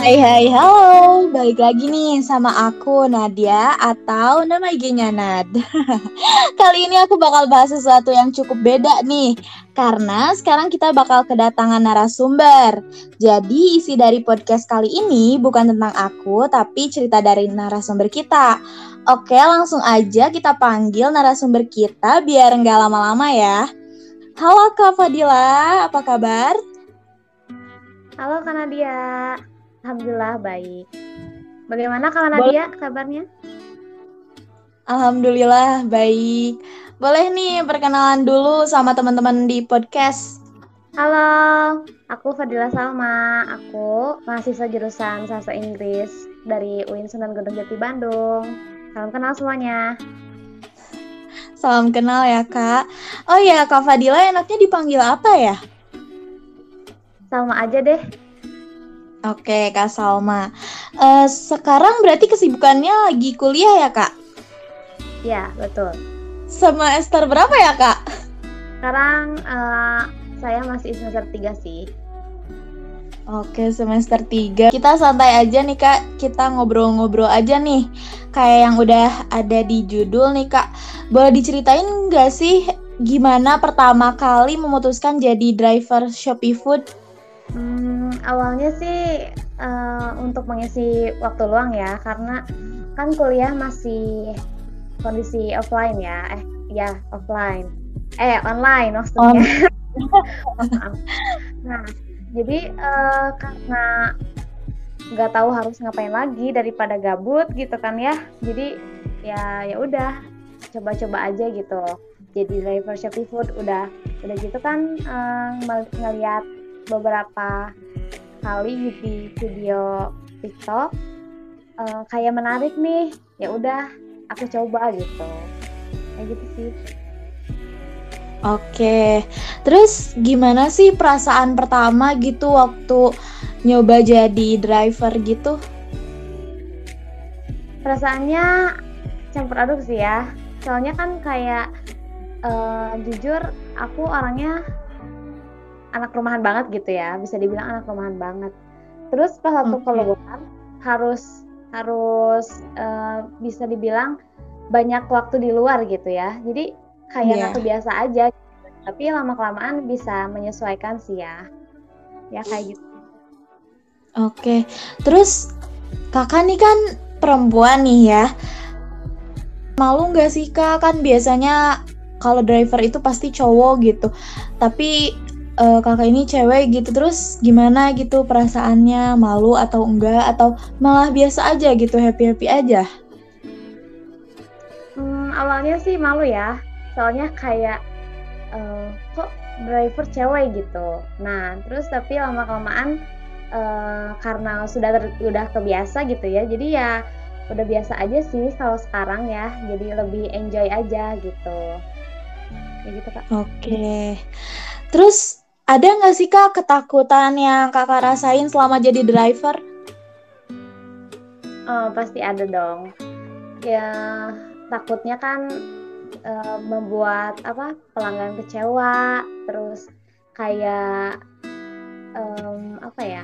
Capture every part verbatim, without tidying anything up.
Hai hai halo, balik lagi nih sama aku Nadia atau nama I G-nya Nad. Kali ini aku bakal bahas sesuatu yang cukup beda nih, karena sekarang kita bakal kedatangan narasumber. Jadi isi dari podcast kali ini bukan tentang aku, tapi cerita dari narasumber kita. Oke, langsung aja kita panggil narasumber kita biar nggak lama-lama ya. Halo Kak Fadila, apa kabar? Halo Kak Nadia, Alhamdulillah baik. Bagaimana Kak Boleh. Nadia kabarnya? Alhamdulillah baik. Boleh nih perkenalan dulu sama teman-teman di podcast. Halo, aku Fadila Salma. Aku mahasiswa jurusan Sastra Inggris dari U I N Sunan Gunung Jati Bandung. Salam kenal semuanya. Salam kenal ya Kak. Oh ya Kak Fadila enaknya dipanggil apa ya? Salma aja deh. Oke Kak Salma. Eh, sekarang berarti kesibukannya lagi kuliah ya Kak? Ya, betul. Semester berapa ya Kak? Sekarang uh, saya masih semester tiga sih. Oke, semester tiga. Kita santai aja nih Kak, kita ngobrol-ngobrol aja nih. Kayak yang udah ada di judul nih Kak. Boleh diceritain nggak sih gimana pertama kali memutuskan jadi driver Shopee Food? Hmm, awalnya sih uh, untuk mengisi waktu luang ya, karena kan kuliah masih kondisi offline ya, eh ya offline, eh online On. maksudnya. Nah, jadi uh, karena nggak tahu harus ngapain lagi daripada gabut gitu kan ya, jadi ya ya udah coba-coba aja gitu. Jadi driver Shopee Food udah udah gitu kan uh, ngeliat beberapa kali di video TikTok uh, kayak menarik nih, ya udah aku coba gitu, kayak gitu sih. Oke, terus gimana sih perasaan pertama gitu waktu nyoba jadi driver gitu? Perasaannya campur aduk sih ya, soalnya kan kayak uh, jujur aku orangnya anak rumahan banget gitu ya, bisa dibilang anak rumahan banget. Terus pas waktu Oke. keluar harus harus uh, bisa dibilang banyak waktu di luar gitu ya, jadi kayak nggak Iya. kebiasa aja gitu. Tapi lama-kelamaan bisa menyesuaikan sih ya, ya kayak gitu. Oke, terus kakak nih kan perempuan nih ya. Malu nggak sih kak? Kan biasanya kalau driver itu pasti cowok gitu. Tapi eh, kakak ini cewek gitu. Terus gimana gitu perasaannya? Malu atau enggak? Atau malah biasa aja gitu, happy-happy aja? Hmm, awalnya sih malu ya, soalnya kayak uh, kok driver cewek gitu. Nah, terus tapi lama-kelamaan uh, karena sudah ter, udah kebiasa gitu ya, jadi ya udah biasa aja sih kalau sekarang ya, jadi lebih enjoy aja gitu. Kayak gitu Kak. Oke. Terus ada nggak sih kak ketakutan yang kakak rasain selama jadi driver? Oh, pasti ada dong. Ya takutnya kan uh, membuat apa pelanggan kecewa, terus kayak um, apa ya?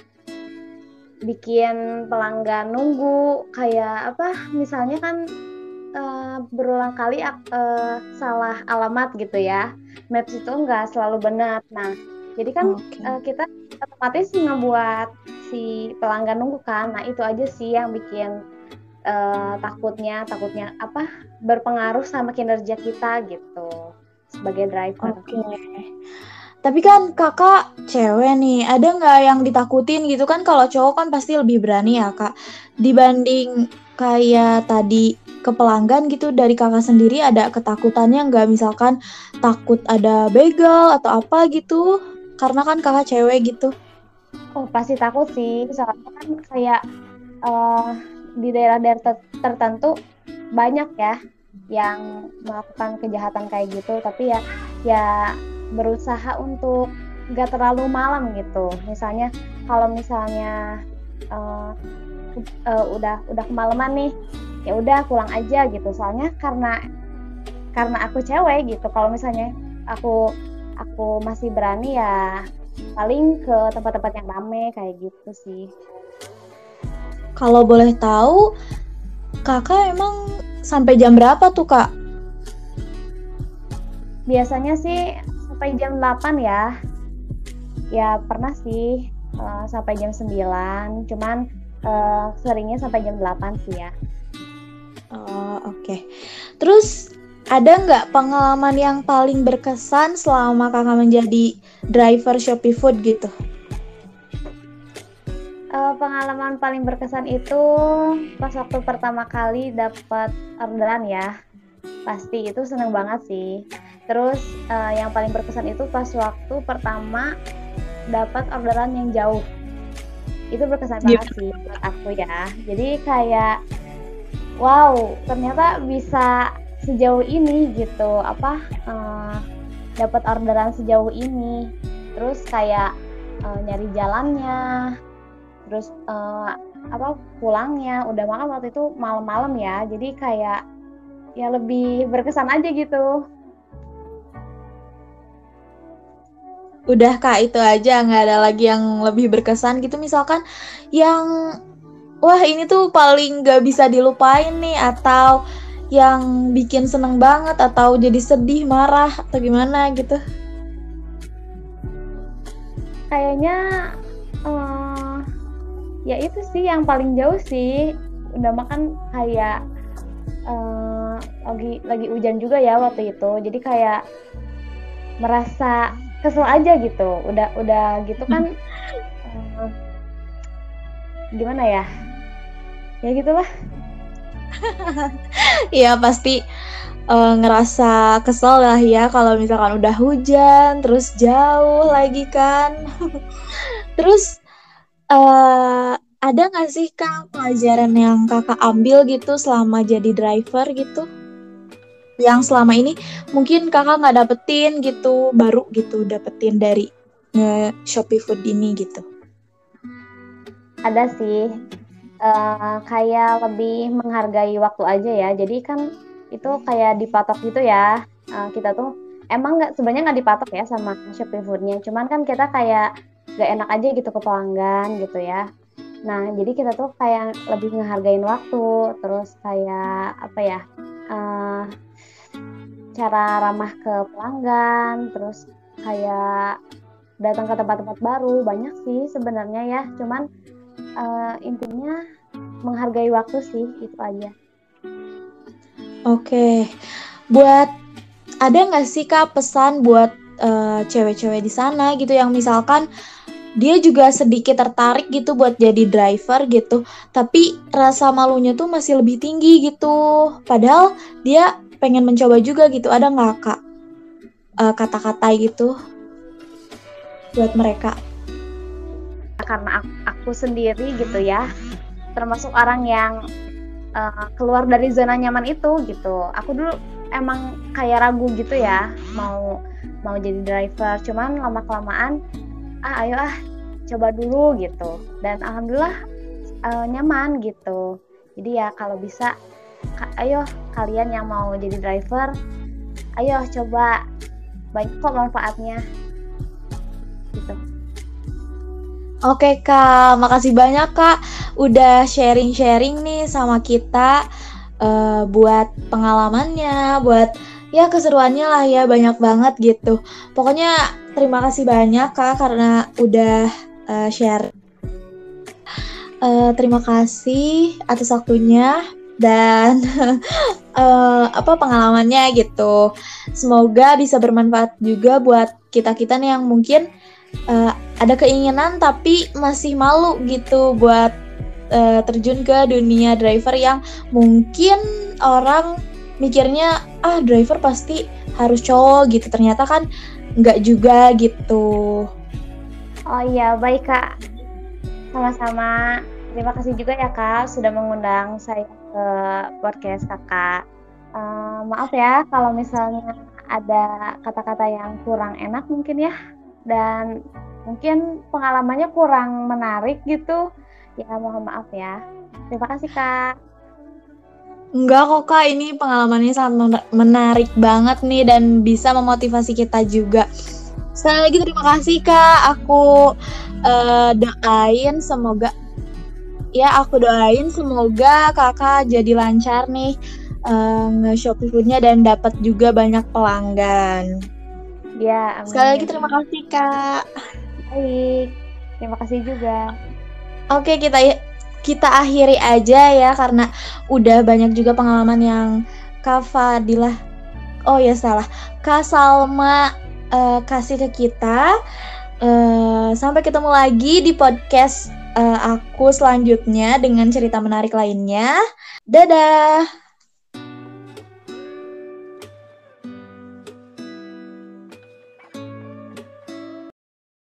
Bikin pelanggan nunggu, kayak apa misalnya kan uh, berulang kali uh, salah alamat gitu ya, Maps itu nggak selalu benar. Nah jadi kan Oke. uh, kita otomatis ngebuat si pelanggan nunggu kan. Nah itu aja sih yang bikin uh, takutnya takutnya apa berpengaruh sama kinerja kita gitu sebagai driver. Oke. Tapi kan kakak cewek nih, ada nggak yang ditakutin gitu kan? Kalau cowok kan pasti lebih berani ya kak. Dibanding kayak tadi ke pelanggan gitu, dari kakak sendiri ada ketakutannya nggak? Misalkan takut ada begal atau apa gitu? Karena kan kakak cewek gitu. Oh pasti takut sih, soalnya kan kayak uh, di daerah-daerah ter- tertentu banyak ya yang melakukan kejahatan kayak gitu, tapi ya ya berusaha untuk nggak terlalu malam gitu. Misalnya kalau misalnya uh, uh, udah udah kemalaman nih, ya udah pulang aja gitu. Soalnya karena karena aku cewek gitu. Kalau misalnya aku aku masih berani ya paling ke tempat-tempat yang rame kayak gitu sih. Kalau boleh tahu, kakak emang sampai jam berapa tuh kak? Biasanya sih sampai jam delapan ya. Ya pernah sih uh, sampai jam sembilan, cuman uh, seringnya sampai jam delapan sih ya. Oh, oke. Okay. Terus ada nggak pengalaman yang paling berkesan selama kakak menjadi driver Shopee Food gitu? Uh, pengalaman paling berkesan itu pas waktu pertama kali dapat orderan ya. Pasti itu seneng banget sih. Terus uh, yang paling berkesan itu pas waktu pertama dapat orderan yang jauh. Itu berkesan banget sih buat aku ya. Jadi kayak wow, ternyata bisa sejauh ini gitu. Apa uh, dapat orderan sejauh ini. Terus kayak uh, nyari jalannya. Terus uh, apa pulangnya udah makan waktu itu malam-malam ya. Jadi kayak ya lebih berkesan aja gitu. Udah kak itu aja, nggak ada lagi yang lebih berkesan gitu misalkan yang wah ini tuh paling nggak bisa dilupain nih, atau yang bikin seneng banget atau jadi sedih, marah atau gimana gitu? Kayaknya uh, ya itu sih yang paling jauh sih. Udah makan kayak uh, lagi lagi hujan juga ya waktu itu. Jadi kayak merasa kesel aja gitu. Udah udah gitu kan uh, gimana ya? Ya gitulah. Iya pasti uh, ngerasa kesel lah ya kalau misalkan udah hujan terus jauh lagi kan. Terus uh, ada nggak sih kak pelajaran yang kakak ambil gitu selama jadi driver gitu? Yang selama ini mungkin kakak nggak dapetin gitu, baru gitu dapetin dari uh, Shopee Food ini gitu? Ada sih, uh, kayak lebih menghargai waktu aja ya. Jadi kan itu kayak dipatok gitu ya. Uh, kita tuh emang nggak sebenarnya nggak dipatok ya sama Shopee Food-nya. Cuman kan kita kayak nggak enak aja gitu ke pelanggan gitu ya. Nah jadi kita tuh kayak lebih menghargain waktu. Terus kayak apa ya? Uh, cara ramah ke pelanggan, terus kayak datang ke tempat-tempat baru, banyak sih sebenarnya ya, cuman uh, intinya menghargai waktu sih, itu aja. Oke, buat ada nggak sih kak pesan buat uh, cewek-cewek di sana gitu yang misalkan dia juga sedikit tertarik gitu buat jadi driver gitu, tapi rasa malunya tuh masih lebih tinggi gitu, padahal dia pengen mencoba juga gitu, ada nggak kak uh, kata-kata gitu buat mereka? Karena aku, aku sendiri gitu ya, termasuk orang yang uh, keluar dari zona nyaman itu gitu. Aku dulu emang kayak ragu gitu ya, mau mau jadi driver, cuman lama-kelamaan ah ayo ah coba dulu gitu, dan alhamdulillah uh, nyaman gitu. Jadi ya kalau bisa ayo kalian yang mau jadi driver, ayo coba, baik kok manfaatnya gitu. Oke kak, makasih banyak kak udah sharing-sharing nih sama kita, uh, buat pengalamannya, buat ya keseruannya lah ya, banyak banget gitu. Pokoknya terima kasih banyak kak karena udah uh, share. Uh, terima kasih atas waktunya dan uh, apa pengalamannya gitu. Semoga bisa bermanfaat juga buat kita-kita nih yang mungkin uh, ada keinginan tapi masih malu gitu buat uh, terjun ke dunia driver yang mungkin orang mikirnya ah driver pasti harus cowok gitu, ternyata kan nggak juga gitu. Oh iya, baik kak, sama-sama. Terima kasih juga ya kak sudah mengundang saya ke podcast kakak. Uh, maaf ya kalau misalnya ada kata-kata yang kurang enak mungkin ya, dan mungkin pengalamannya kurang menarik gitu. Ya mohon maaf ya. Terima kasih kak. Enggak kok kak, ini pengalamannya sangat menarik banget nih dan bisa memotivasi kita juga. Sekali lagi terima kasih kak, aku uh, doain semoga Ya, aku doain semoga kakak jadi lancar nih uh, nge-Shopee Food-nya dan dapat juga banyak pelanggan. Ya, amin. Sekali lagi terima kasih, Kak. Baik, terima kasih juga. Oke, kita kita akhiri aja ya karena udah banyak juga pengalaman yang Kak Fadilah, oh ya salah, Kak Salma uh, kasih ke kita. Uh, sampai ketemu lagi di podcast uh, aku selanjutnya dengan cerita menarik lainnya. Dadah.